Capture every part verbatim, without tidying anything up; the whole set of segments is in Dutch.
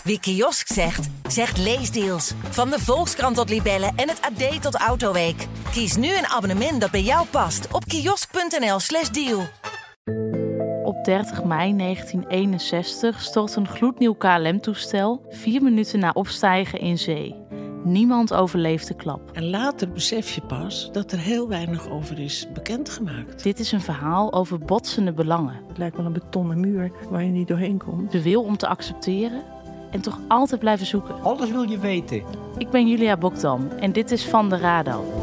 Wie kiosk zegt, zegt leesdeals. Van de Volkskrant tot Libellen en het A D tot Autoweek. Kies nu een abonnement dat bij jou past op kiosk.nl slash deal. Op dertig mei negentien eenenzestig stort een gloednieuw K L M-toestel vier minuten na opstijgen in zee. Niemand overleeft de klap. En later besef je pas dat er heel weinig over is bekendgemaakt. Dit is een verhaal over botsende belangen. Het lijkt wel een betonnen muur waar je niet doorheen komt. De wil om te accepteren en toch altijd blijven zoeken. Alles wil je weten. Ik ben Julia Bokdam en dit is Van de Rado.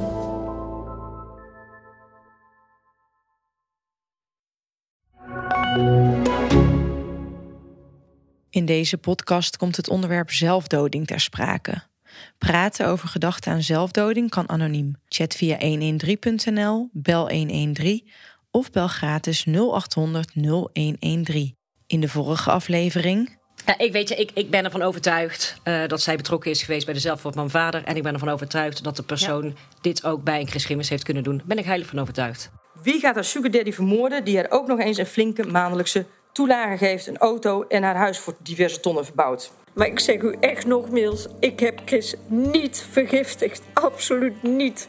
In deze podcast komt het onderwerp zelfdoding ter sprake. Praten over gedachten aan zelfdoding kan anoniem. Chat via honderddertien punt n l, bel honderddertien of bel gratis nul achthonderd nul honderddertien. In de vorige aflevering... Ja, ik, weet je, ik, ik ben ervan overtuigd uh, dat zij betrokken is geweest bij de zelfmoord van mijn vader. En ik ben ervan overtuigd dat de persoon ja. dit ook bij een Chris Grimwis heeft kunnen doen. Daar ben ik heilig van overtuigd. Wie gaat haar sugar daddy vermoorden die haar ook nog eens een flinke maandelijkse toelage geeft, een auto en haar huis voor diverse tonnen verbouwt? Maar ik zeg u echt nogmaals, ik heb Chris niet vergiftigd. Absoluut niet.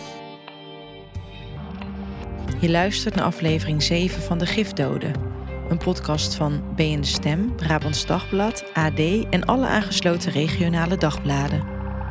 Je luistert naar aflevering zeven van De Gifdoden. Een podcast van B N De Stem, Brabants Dagblad, A D en alle aangesloten regionale dagbladen.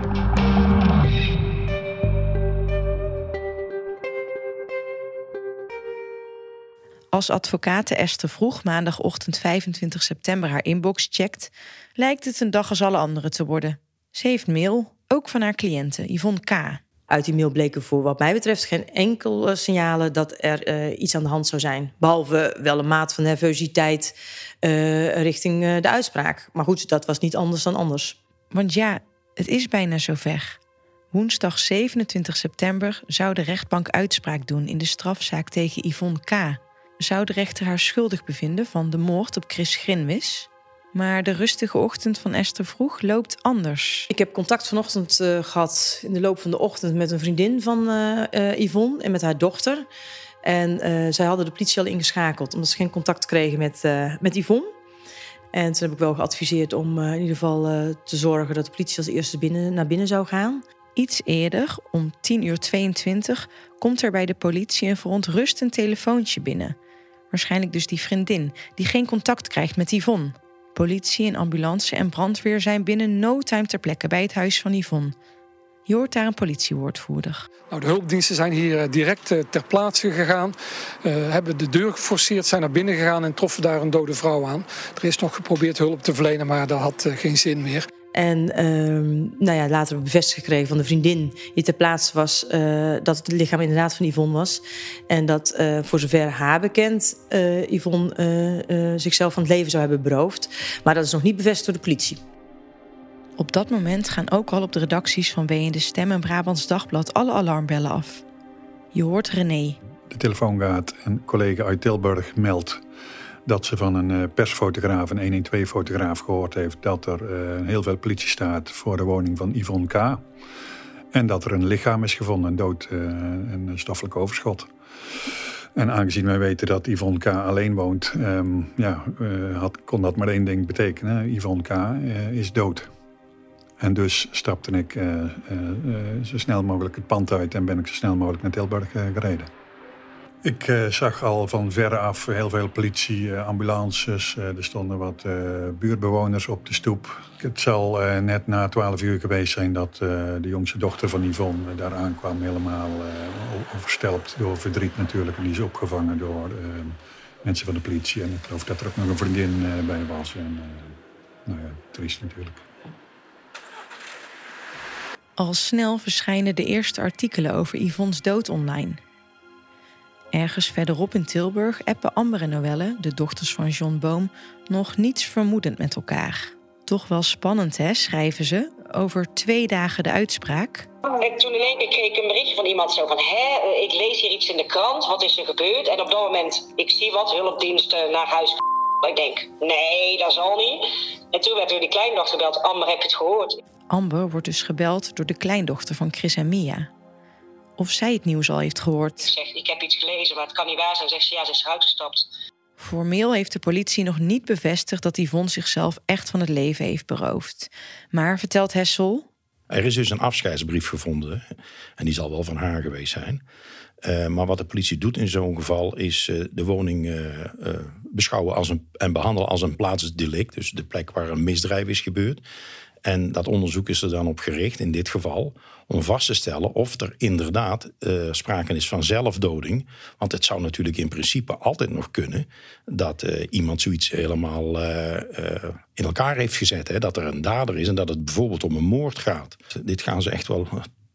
Als advocate Esther Vroeg maandagochtend vijfentwintig september haar inbox checkt, lijkt het een dag als alle anderen te worden. Ze heeft mail, ook van haar cliënte Yvonne K. Uit die mail bleken voor wat mij betreft geen enkel signalen dat er uh, iets aan de hand zou zijn. Behalve wel een maat van nervositeit uh, richting uh, de uitspraak. Maar goed, dat was niet anders dan anders. Want ja, het is bijna zover. Woensdag zevenentwintig september zou de rechtbank uitspraak doen in de strafzaak tegen Yvonne K. Zou de rechter haar schuldig bevinden van de moord op Chris Grimwis? Maar de rustige ochtend van Esther Vroeg loopt anders. Ik heb contact vanochtend uh, gehad in de loop van de ochtend met een vriendin van uh, uh, Yvonne en met haar dochter. En uh, zij hadden de politie al ingeschakeld omdat ze geen contact kregen met, uh, met Yvonne. En toen heb ik wel geadviseerd om uh, in ieder geval uh, te zorgen dat de politie als eerste binnen, naar binnen zou gaan. Iets eerder, om tien uur tweeëntwintig, komt er bij de politie een verontrustend telefoontje binnen. Waarschijnlijk dus die vriendin, die geen contact krijgt met Yvonne. Politie en ambulance en brandweer zijn binnen no time ter plekke bij het huis van Yvonne. Je hoort daar een politiewoordvoerder. Nou, de hulpdiensten zijn hier direct uh, ter plaatse gegaan. Uh, hebben de deur geforceerd, zijn naar binnen gegaan en troffen daar een dode vrouw aan. Er is nog geprobeerd hulp te verlenen, maar dat had uh, geen zin meer. En uh, nou ja, later bevestigd gekregen van de vriendin die ter plaatse was uh, dat het lichaam inderdaad van Yvonne was. En dat uh, voor zover haar bekend uh, Yvonne uh, uh, zichzelf van het leven zou hebben beroofd. Maar dat is nog niet bevestigd door de politie. Op dat moment gaan ook al op de redacties van B N De Stem en Brabants Dagblad alle alarmbellen af. Je hoort René. De telefoon gaat en een collega uit Tilburg meldt dat ze van een persfotograaf, een honderdtwaalf-fotograaf gehoord heeft dat er uh, heel veel politie staat voor de woning van Yvonne K. En dat er een lichaam is gevonden, een dood, uh, een stoffelijk overschot. En aangezien wij weten dat Yvonne K. alleen woont, um, ja, uh, had, kon dat maar één ding betekenen. Yvonne K. Uh, is dood. En dus stapte ik uh, uh, uh, zo snel mogelijk het pand uit en ben ik zo snel mogelijk naar Tilburg uh, gereden. Ik uh, zag al van verre af heel veel politie, uh, ambulances. Uh, er stonden wat uh, buurtbewoners op de stoep. Het zal uh, net na twaalf uur geweest zijn dat uh, de jongste dochter van Yvonne uh, daar aankwam. Helemaal uh, overstelpt door verdriet natuurlijk. En die is opgevangen door uh, mensen van de politie. En ik geloof dat er ook nog een vriendin uh, bij was. En, uh, nou ja, triest natuurlijk. Al snel verschijnen de eerste artikelen over Yvonne's dood online. Ergens verderop in Tilburg appen Amber en Noelle, de dochters van John Boom, nog niets vermoedend met elkaar. Toch wel spannend, hè, schrijven ze, over twee dagen de uitspraak. En toen in één keer kreeg ik een berichtje van iemand zo van, hè, ik lees hier iets in de krant, wat is er gebeurd? En op dat moment, ik zie wat, hulpdiensten naar huis. Ik denk, nee, dat zal niet. En toen werd door die kleindochter gebeld, Amber, heb je het gehoord? Amber wordt dus gebeld door de kleindochter van Chris en Mia. Of zij het nieuws al heeft gehoord. Ik zeg, ik heb iets gelezen, maar het kan niet waar zijn. Zegt ze, ja, ze is eruit gestapt. Formeel heeft de politie nog niet bevestigd dat Yvonne zichzelf echt van het leven heeft beroofd. Maar, vertelt Hessel... Er is dus een afscheidsbrief gevonden. En die zal wel van haar geweest zijn. Uh, maar wat de politie doet in zo'n geval is uh, de woning uh, uh, beschouwen als een, en behandelen als een plaatsdelict. Dus de plek waar een misdrijf is gebeurd. En dat onderzoek is er dan op gericht, in dit geval, om vast te stellen of er inderdaad uh, sprake is van zelfdoding. Want het zou natuurlijk in principe altijd nog kunnen dat uh, iemand zoiets helemaal uh, uh, in elkaar heeft gezet. Hè? Dat er een dader is en dat het bijvoorbeeld om een moord gaat. Dit gaan ze echt wel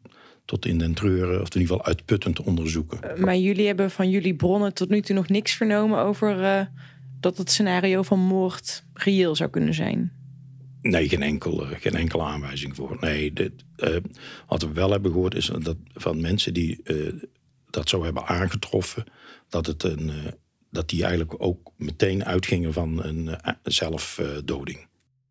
tot in den treuren, of in ieder geval uitputtend onderzoeken. Maar jullie hebben van jullie bronnen tot nu toe nog niks vernomen over uh, dat het scenario van moord reëel zou kunnen zijn? Nee, geen, enkel, geen enkele aanwijzing voor. Nee, dit, uh, wat we wel hebben gehoord is dat van mensen die uh, dat zo hebben aangetroffen, dat, het een, uh, dat die eigenlijk ook meteen uitgingen van een uh, zelfdoding.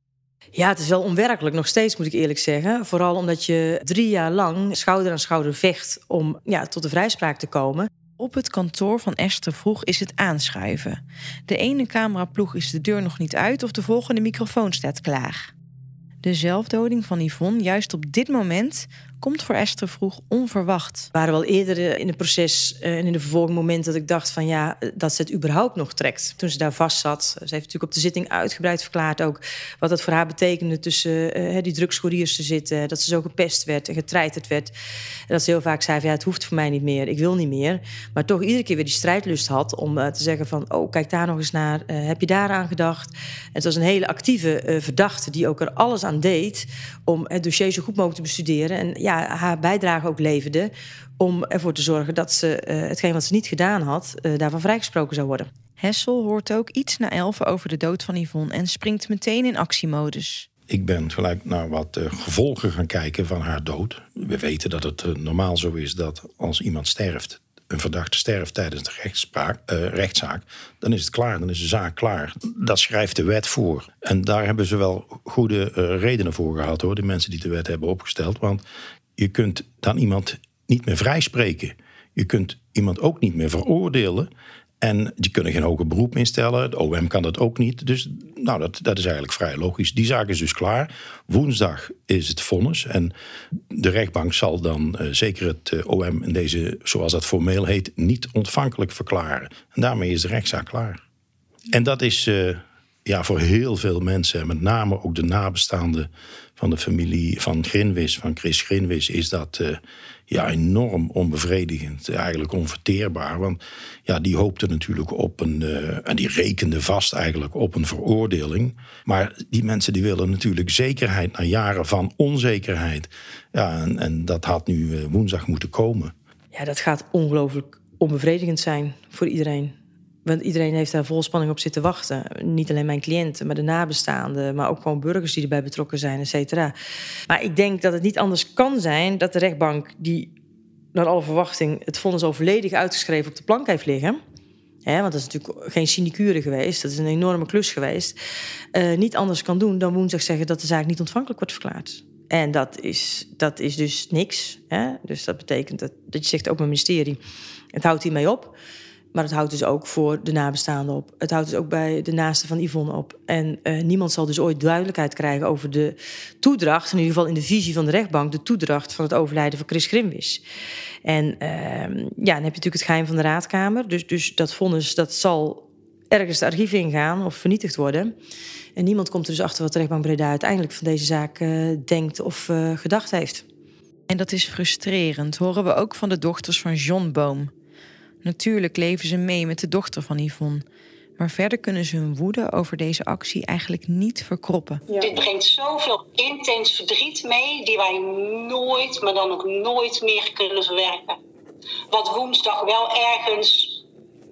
Ja, het is wel onwerkelijk, nog steeds moet ik eerlijk zeggen. Vooral omdat je drie jaar lang schouder aan schouder vecht om ja, tot de vrijspraak te komen. Op het kantoor van Esther Vroeg is het aanschuiven. De ene cameraploeg is de deur nog niet uit of de volgende microfoon staat klaar. De zelfdoding van Yvonne, juist op dit moment, komt voor Esther Vroeg onverwacht. Er waren wel eerder in het proces en in de vervolging momenten dat ik dacht van ja, dat ze het überhaupt nog trekt. Toen ze daar vast zat, ze heeft natuurlijk op de zitting uitgebreid verklaard ook wat dat voor haar betekende tussen uh, die drugscouriers te zitten, dat ze zo gepest werd en getreiterd werd. En dat ze heel vaak zei van ja, het hoeft voor mij niet meer, ik wil niet meer. Maar toch iedere keer weer die strijdlust had om uh, te zeggen van oh, kijk daar nog eens naar, uh, heb je daaraan gedacht? En het was een hele actieve uh, verdachte die ook er alles aan deed om het dossier zo goed mogelijk te bestuderen en ja, haar bijdrage ook leverde om ervoor te zorgen dat ze uh, hetgeen wat ze niet gedaan had, uh, daarvan vrijgesproken zou worden. Hessel hoort ook iets na elfen over de dood van Yvonne en springt meteen in actiemodus. Ik ben gelijk naar wat uh, gevolgen gaan kijken van haar dood. We weten dat het uh, normaal zo is dat als iemand sterft, een verdachte sterft tijdens de rechtspraak, uh, rechtszaak, dan is het klaar, dan is de zaak klaar. Dat schrijft de wet voor. En daar hebben ze wel goede uh, redenen voor gehad, hoor, de mensen die de wet hebben opgesteld. Want je kunt dan iemand niet meer vrijspreken. Je kunt iemand ook niet meer veroordelen. En die kunnen geen hoger beroep instellen. De O M kan dat ook niet. Dus nou, dat, dat is eigenlijk vrij logisch. Die zaak is dus klaar. Woensdag is het vonnis. En de rechtbank zal dan uh, zeker het uh, O M in deze, zoals dat formeel heet, niet ontvankelijk verklaren. En daarmee is de rechtszaak klaar. En dat is uh, ja, voor heel veel mensen, en met name ook de nabestaanden van de familie van Grinwis, van Chris Grinwis, is dat uh, ja, enorm onbevredigend. Eigenlijk onverteerbaar. Want ja, die hoopte natuurlijk op een, uh, en die rekende vast eigenlijk op een veroordeling. Maar die mensen die willen natuurlijk zekerheid na jaren van onzekerheid. Ja, en, en dat had nu uh, woensdag moeten komen. Ja, dat gaat ongelooflijk onbevredigend zijn voor iedereen. Want iedereen heeft daar vol spanning op zitten wachten. Niet alleen mijn cliënten, maar de nabestaanden, maar ook gewoon burgers die erbij betrokken zijn, et cetera. Maar ik denk dat het niet anders kan zijn dat de rechtbank, die naar alle verwachting het vonnis al volledig uitgeschreven op de plank heeft liggen, hè, want dat is natuurlijk geen sinecure geweest, dat is een enorme klus geweest, uh, niet anders kan doen dan woensdag zeggen dat de zaak niet ontvankelijk wordt verklaard. En dat is, dat is dus niks. Hè? Dus dat betekent dat, dat je zegt, ook mijn ministerie, het houdt hiermee op. Maar het houdt dus ook voor de nabestaanden op. Het houdt dus ook bij de naasten van Yvonne op. En uh, niemand zal dus ooit duidelijkheid krijgen over de toedracht, in ieder geval in de visie van de rechtbank, de toedracht van het overlijden van Chris Grinwis. En uh, ja, dan heb je natuurlijk het geheim van de raadkamer. Dus, dus dat vonnis, dat zal ergens de archief ingaan of vernietigd worden. En niemand komt er dus achter wat de rechtbank Breda uiteindelijk van deze zaak uh, denkt of uh, gedacht heeft. En dat is frustrerend, horen we ook van de dochters van John Boom. Natuurlijk leven ze mee met de dochter van Yvonne. Maar verder kunnen ze hun woede over deze actie eigenlijk niet verkroppen. Ja. Dit brengt zoveel intens verdriet mee die wij nooit, maar dan ook nooit meer kunnen verwerken. Wat woensdag wel ergens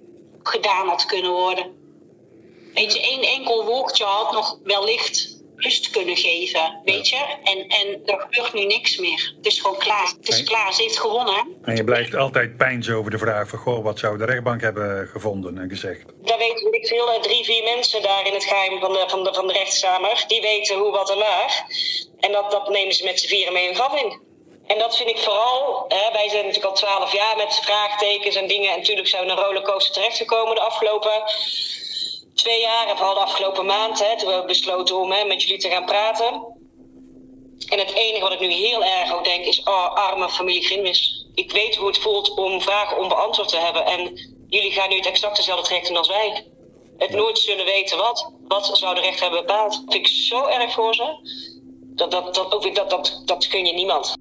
gedaan had kunnen worden. Weet je, één enkel woordje had nog wellicht rust kunnen geven, weet je. En, en er gebeurt nu niks meer. Het is gewoon klaar. Het is nee. klaar, ze heeft gewonnen. En je blijft altijd peinzen over de vraag van, goh, wat zou de rechtbank hebben gevonden en gezegd? Daar weten ik veel, drie, vier mensen daar in het geheim van de, van de, van de rechtskamer. Die weten hoe, wat en waar. En dat, dat nemen ze met z'n vieren mee een graf in. En dat vind ik vooral, hè, wij zijn natuurlijk al twaalf jaar met vraagtekens en dingen. En natuurlijk zijn we in een rollercoaster terechtgekomen de afgelopen twee jaar en vooral de afgelopen maand, hè, toen we besloten om hè, met jullie te gaan praten. En het enige wat ik nu heel erg ook denk is, oh, arme familie Grinwis. Ik weet hoe het voelt om vragen onbeantwoord te hebben. En jullie gaan nu het exact dezelfde traject doen als wij. Het nooit zullen weten wat. Wat zou de rechter hebben bepaald? Dat vind ik zo erg voor ze. Dat, dat, dat, ook, dat, dat, dat kun je niemand.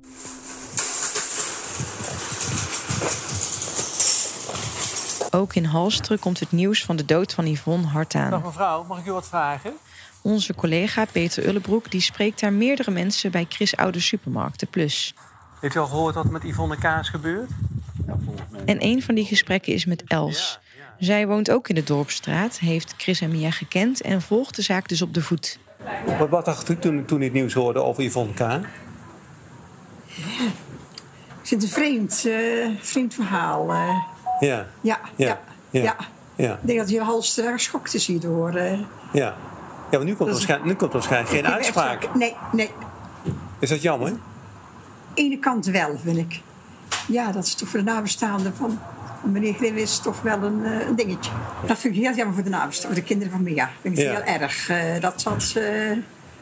Ook in Halsteren komt het nieuws van de dood van Yvonne hard aan. Dag mevrouw, mag ik u wat vragen? Onze collega Peter Ullebroek die spreekt daar meerdere mensen bij Chris' oude supermarkt, de Plus. Heeft u al gehoord wat er met Yvonne K. is gebeurd? Ja, en een van die gesprekken is met Els. Ja, ja. Zij woont ook in de Dorpsstraat, heeft Chris en Mia gekend en volgt de zaak dus op de voet. Wat, wat dacht u toen, toen u het nieuws hoorde over Yvonne K.? Ja. Ik vind het een vreemd, uh, vreemd verhaal. Uh. Ja. Ja, ja, ja, ja. ja. ja. Ik denk dat je Halster geschokt is hierdoor. Uh. Ja. Ja, maar nu komt, waarschijnlijk, nu komt waarschijnlijk geen uitspraak. Echt, nee, nee. Is dat jammer? Aan de ene kant wel, vind ik. Ja, dat is toch voor de nabestaanden van, van meneer Grinwis toch wel een, uh, een dingetje. Ja. Dat vind ik heel jammer voor de nabestaanden, voor de kinderen van Mia. Vind ik ja. heel erg. Uh, dat dat, uh,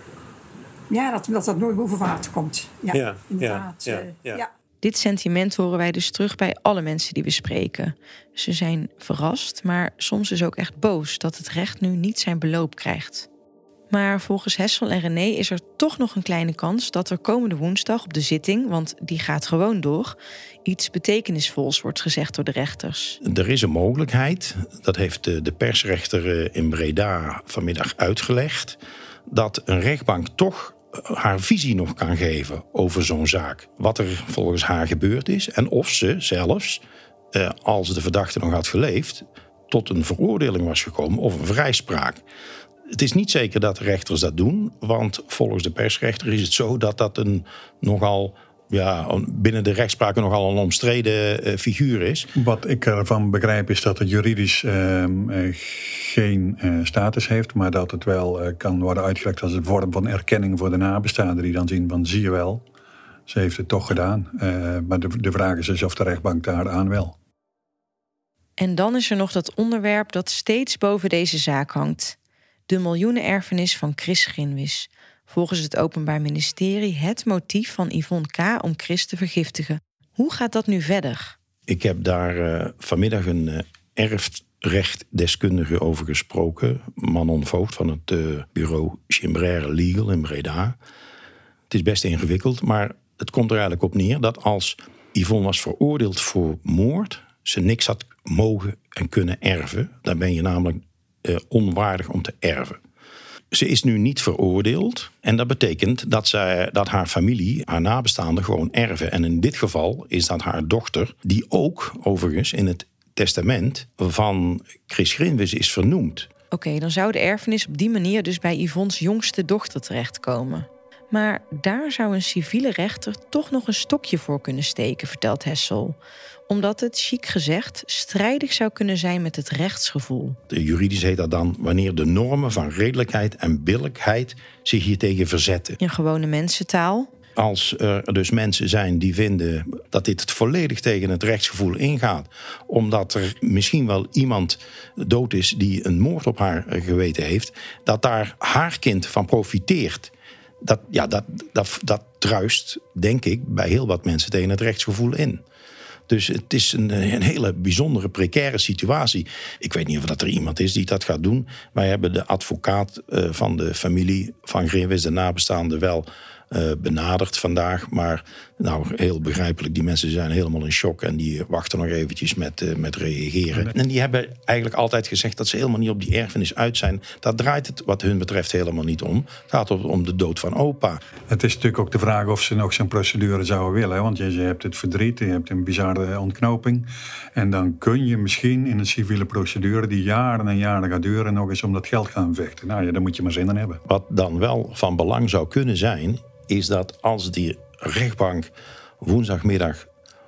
ja, dat, dat dat nooit boven water komt. Ja, ja. inderdaad. Ja. Uh, ja. ja. Dit sentiment horen wij dus terug bij alle mensen die we spreken. Ze zijn verrast, maar soms dus ook echt boos dat het recht nu niet zijn beloop krijgt. Maar volgens Hessel en René is er toch nog een kleine kans dat er komende woensdag op de zitting, want die gaat gewoon door, iets betekenisvols wordt gezegd door de rechters. Er is een mogelijkheid, dat heeft de persrechter in Breda vanmiddag uitgelegd, dat een rechtbank toch haar visie nog kan geven over zo'n zaak. Wat er volgens haar gebeurd is en of ze zelfs, als de verdachte nog had geleefd, tot een veroordeling was gekomen of een vrijspraak. Het is niet zeker dat de rechters dat doen, want volgens de persrechter is het zo dat dat een nogal, ja, binnen de rechtspraak nogal een omstreden uh, figuur is. Wat ik ervan begrijp is dat het juridisch uh, uh, geen uh, status heeft, maar dat het wel uh, kan worden uitgelegd als een vorm van erkenning voor de nabestaanden die dan zien van zie je wel, ze heeft het toch gedaan. Uh, maar de, de vraag is dus of de rechtbank daar aan wil. En dan is er nog dat onderwerp dat steeds boven deze zaak hangt. De miljoenenerfenis van Chris Grinwis. Volgens het Openbaar Ministerie het motief van Yvonne K. om Chris te vergiftigen. Hoe gaat dat nu verder? Ik heb daar uh, vanmiddag een uh, erfrechtdeskundige over gesproken. Manon Voogd van het uh, bureau Chimbraire Legal in Breda. Het is best ingewikkeld, maar het komt er eigenlijk op neer dat als Yvonne was veroordeeld voor moord, ze niks had mogen en kunnen erven. Dan ben je namelijk Uh, onwaardig om te erven. Ze is nu niet veroordeeld en dat betekent dat, zij, dat haar familie, haar nabestaanden gewoon erven. En in dit geval is dat haar dochter, die ook overigens in het testament van Chris Grinwis is vernoemd. Oké, okay, dan zou de erfenis op die manier dus bij Yvonne's jongste dochter terechtkomen. Maar daar zou een civiele rechter toch nog een stokje voor kunnen steken, vertelt Hessel. Omdat het, chic gezegd, strijdig zou kunnen zijn met het rechtsgevoel. De juridisch heet dat dan wanneer de normen van redelijkheid en billijkheid zich hiertegen verzetten. In gewone mensentaal. Als er dus mensen zijn die vinden dat dit volledig tegen het rechtsgevoel ingaat, omdat er misschien wel iemand dood is die een moord op haar geweten heeft, dat daar haar kind van profiteert. Dat, ja, dat, dat, dat druist, denk ik, bij heel wat mensen tegen het rechtsgevoel in. Dus het is een, een hele bijzondere, precaire situatie. Ik weet niet of dat er iemand is die dat gaat doen. Wij hebben de advocaat uh, van de familie van Grinwis, de nabestaanden, wel uh, benaderd vandaag. Maar nou, heel begrijpelijk, die mensen zijn helemaal in shock en die wachten nog eventjes met, uh, met reageren. En die hebben eigenlijk altijd gezegd dat ze helemaal niet op die erfenis uit zijn. Daar draait het wat hun betreft helemaal niet om. Het gaat om de dood van opa. Het is natuurlijk ook de vraag of ze nog zo'n procedure zouden willen. Want je, je hebt het verdriet, je hebt een bizarre ontknoping. En dan kun je misschien in een civiele procedure die jaren en jaren gaat duren nog eens om dat geld gaan vechten. Nou ja, daar moet je maar zin in hebben. Wat dan wel van belang zou kunnen zijn, is dat als die rechtbank woensdagmiddag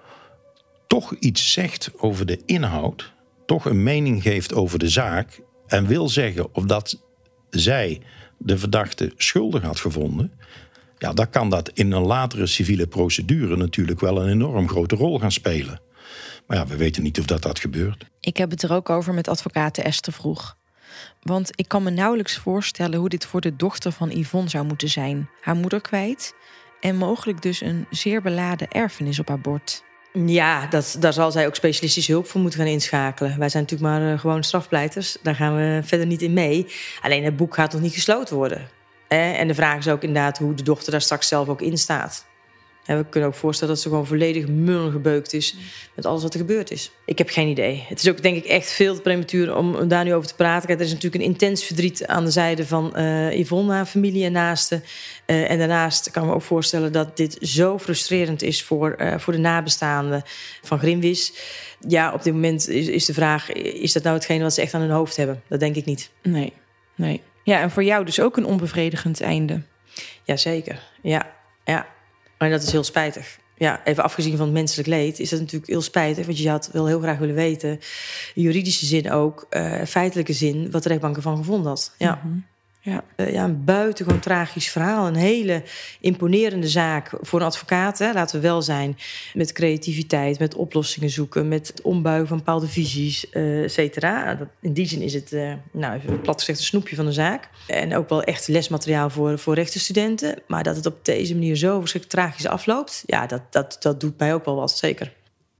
toch iets zegt over de inhoud, toch een mening geeft over de zaak en wil zeggen of dat zij de verdachte schuldig had gevonden, ja, dan kan dat in een latere civiele procedure natuurlijk wel een enorm grote rol gaan spelen. Maar ja, we weten niet of dat, dat gebeurt. Ik heb het er ook over met advocaat Esther Vroeg. Want ik kan me nauwelijks voorstellen hoe dit voor de dochter van Yvonne zou moeten zijn. Haar moeder kwijt en mogelijk dus een zeer beladen erfenis op haar bord. Ja, dat, daar zal zij ook specialistische hulp voor moeten gaan inschakelen. Wij zijn natuurlijk maar uh, gewoon strafpleiters. Daar gaan we verder niet in mee. Alleen het boek gaat nog niet gesloten worden. Eh? En de vraag is ook inderdaad hoe de dochter daar straks zelf ook in staat. En we kunnen ook voorstellen dat ze gewoon volledig mul gebeukt is met alles wat er gebeurd is. Ik heb geen idee. Het is ook denk ik echt veel te prematuur om daar nu over te praten. Kijk, er is natuurlijk een intens verdriet aan de zijde van uh, Yvonne, haar familie en naasten. Uh, en daarnaast kan ik me ook voorstellen dat dit zo frustrerend is voor, uh, voor de nabestaanden van Grimwis. Ja, op dit moment is, is de vraag, is dat nou hetgene wat ze echt aan hun hoofd hebben? Dat denk ik niet. Nee, nee. Ja, en voor jou dus ook een onbevredigend einde. Jazeker, ja, ja. En dat is heel spijtig. Ja, even afgezien van het menselijk leed is dat natuurlijk heel spijtig. Want je had wel heel graag willen weten, in juridische zin ook, uh, feitelijke zin, wat de rechtbank ervan gevonden had. Ja. Mm-hmm. Ja. Uh, ja, een buitengewoon tragisch verhaal. Een hele imponerende zaak voor een advocaat. Hè, laten we wel zijn. Met creativiteit, met oplossingen zoeken, met het ombuigen van bepaalde visies, uh, et cetera. In die zin is het, uh, nou even plat gezegd, een snoepje van de zaak. En ook wel echt lesmateriaal voor, voor rechtenstudenten. Maar dat het op deze manier zo verschrikkelijk tragisch afloopt, ja, dat, dat, dat doet mij ook wel wat, zeker.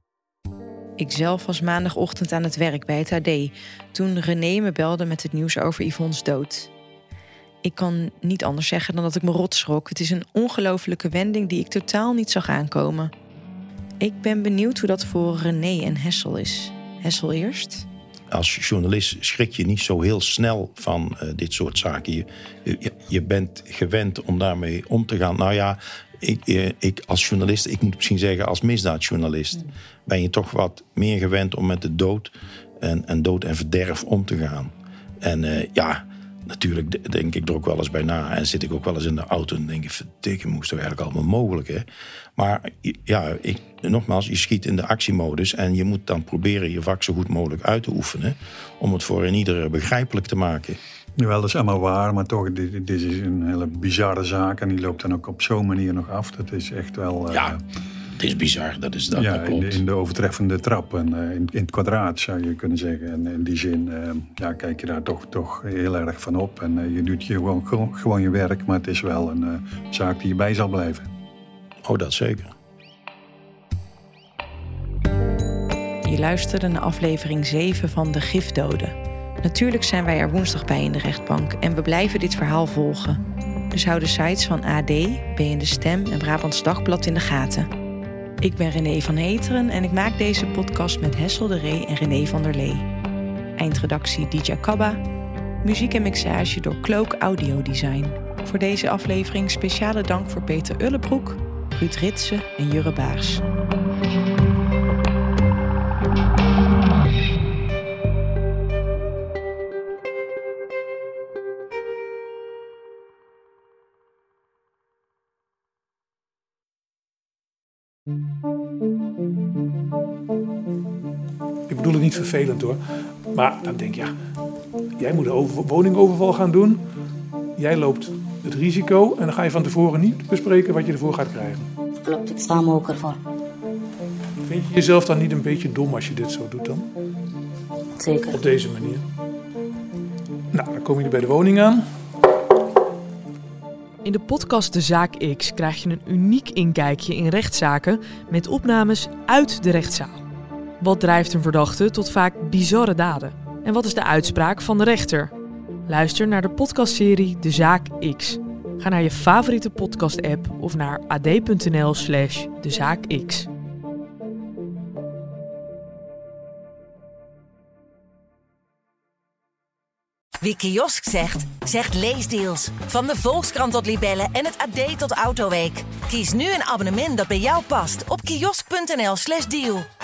Ik zelf was maandagochtend aan het werk bij het A D toen René me belde met het nieuws over Yvonne's dood. Ik kan niet anders zeggen dan dat ik me rot schrok. Het is een ongelofelijke wending die ik totaal niet zag aankomen. Ik ben benieuwd hoe dat voor René en Hessel is. Hessel eerst. Als journalist schrik je niet zo heel snel van uh, dit soort zaken. Je, je, je bent gewend om daarmee om te gaan. Nou ja, ik, ik als journalist, ik moet misschien zeggen als misdaadjournalist, mm. ben je toch wat meer gewend om met de dood en, en dood en verderf om te gaan. En uh, ja... Natuurlijk denk ik er ook wel eens bij na. En zit ik ook wel eens in de auto en denk ik, verdikke, moest toch eigenlijk allemaal mogelijk, hè? Maar ja, ik, nogmaals, je schiet in de actiemodus en je moet dan proberen je vak zo goed mogelijk uit te oefenen om het voor een ieder begrijpelijk te maken. Jawel, dat is allemaal waar, maar toch, dit, dit is een hele bizarre zaak en die loopt dan ook op zo'n manier nog af. Dat is echt wel... Uh, ja. Het is bizar, dat is dat. Ja, dat klopt. In, de, in de overtreffende trap en uh, in, in het kwadraat zou je kunnen zeggen. En in die zin uh, ja, kijk je daar toch, toch heel erg van op. En uh, je doet je gewoon, gewoon, gewoon je werk, maar het is wel een uh, zaak die je bij zal blijven. Oh, dat zeker. Je luisterde naar aflevering zeven van De Gifdoden. Natuurlijk zijn wij er woensdag bij in de rechtbank en we blijven dit verhaal volgen. Dus hou de sites van A D, B N De Stem en Brabants Dagblad in de gaten. Ik ben René van Heteren en ik maak deze podcast met Hessel de Ree en René van der Lee. Eindredactie D J Kabba. Muziek en mixage door Cloak Audio Design. Voor deze aflevering speciale dank voor Peter Ullebroek, Ruud Ritsen en Jurre Baars. Ik bedoel het niet vervelend hoor. Maar dan denk je, ja, jij moet een over- woningoverval gaan doen. Jij loopt het risico en dan ga je van tevoren niet bespreken wat je ervoor gaat krijgen. Klopt, ik sta me ook ervoor. Vind je jezelf dan niet een beetje dom als je dit zo doet dan? Zeker. Op deze manier. Nou, dan kom je bij de woning aan. In de podcast De Zaak X krijg je een uniek inkijkje in rechtszaken met opnames uit de rechtszaal. Wat drijft een verdachte tot vaak bizarre daden? En wat is de uitspraak van de rechter? Luister naar de podcastserie De Zaak X. Ga naar je favoriete podcast-app of naar ad.nl slash dezaakx. Wie kiosk zegt, zegt leesdeals. Van de Volkskrant tot Libellen en het A D tot Autoweek. Kies nu een abonnement dat bij jou past op kiosk.nl slash deal.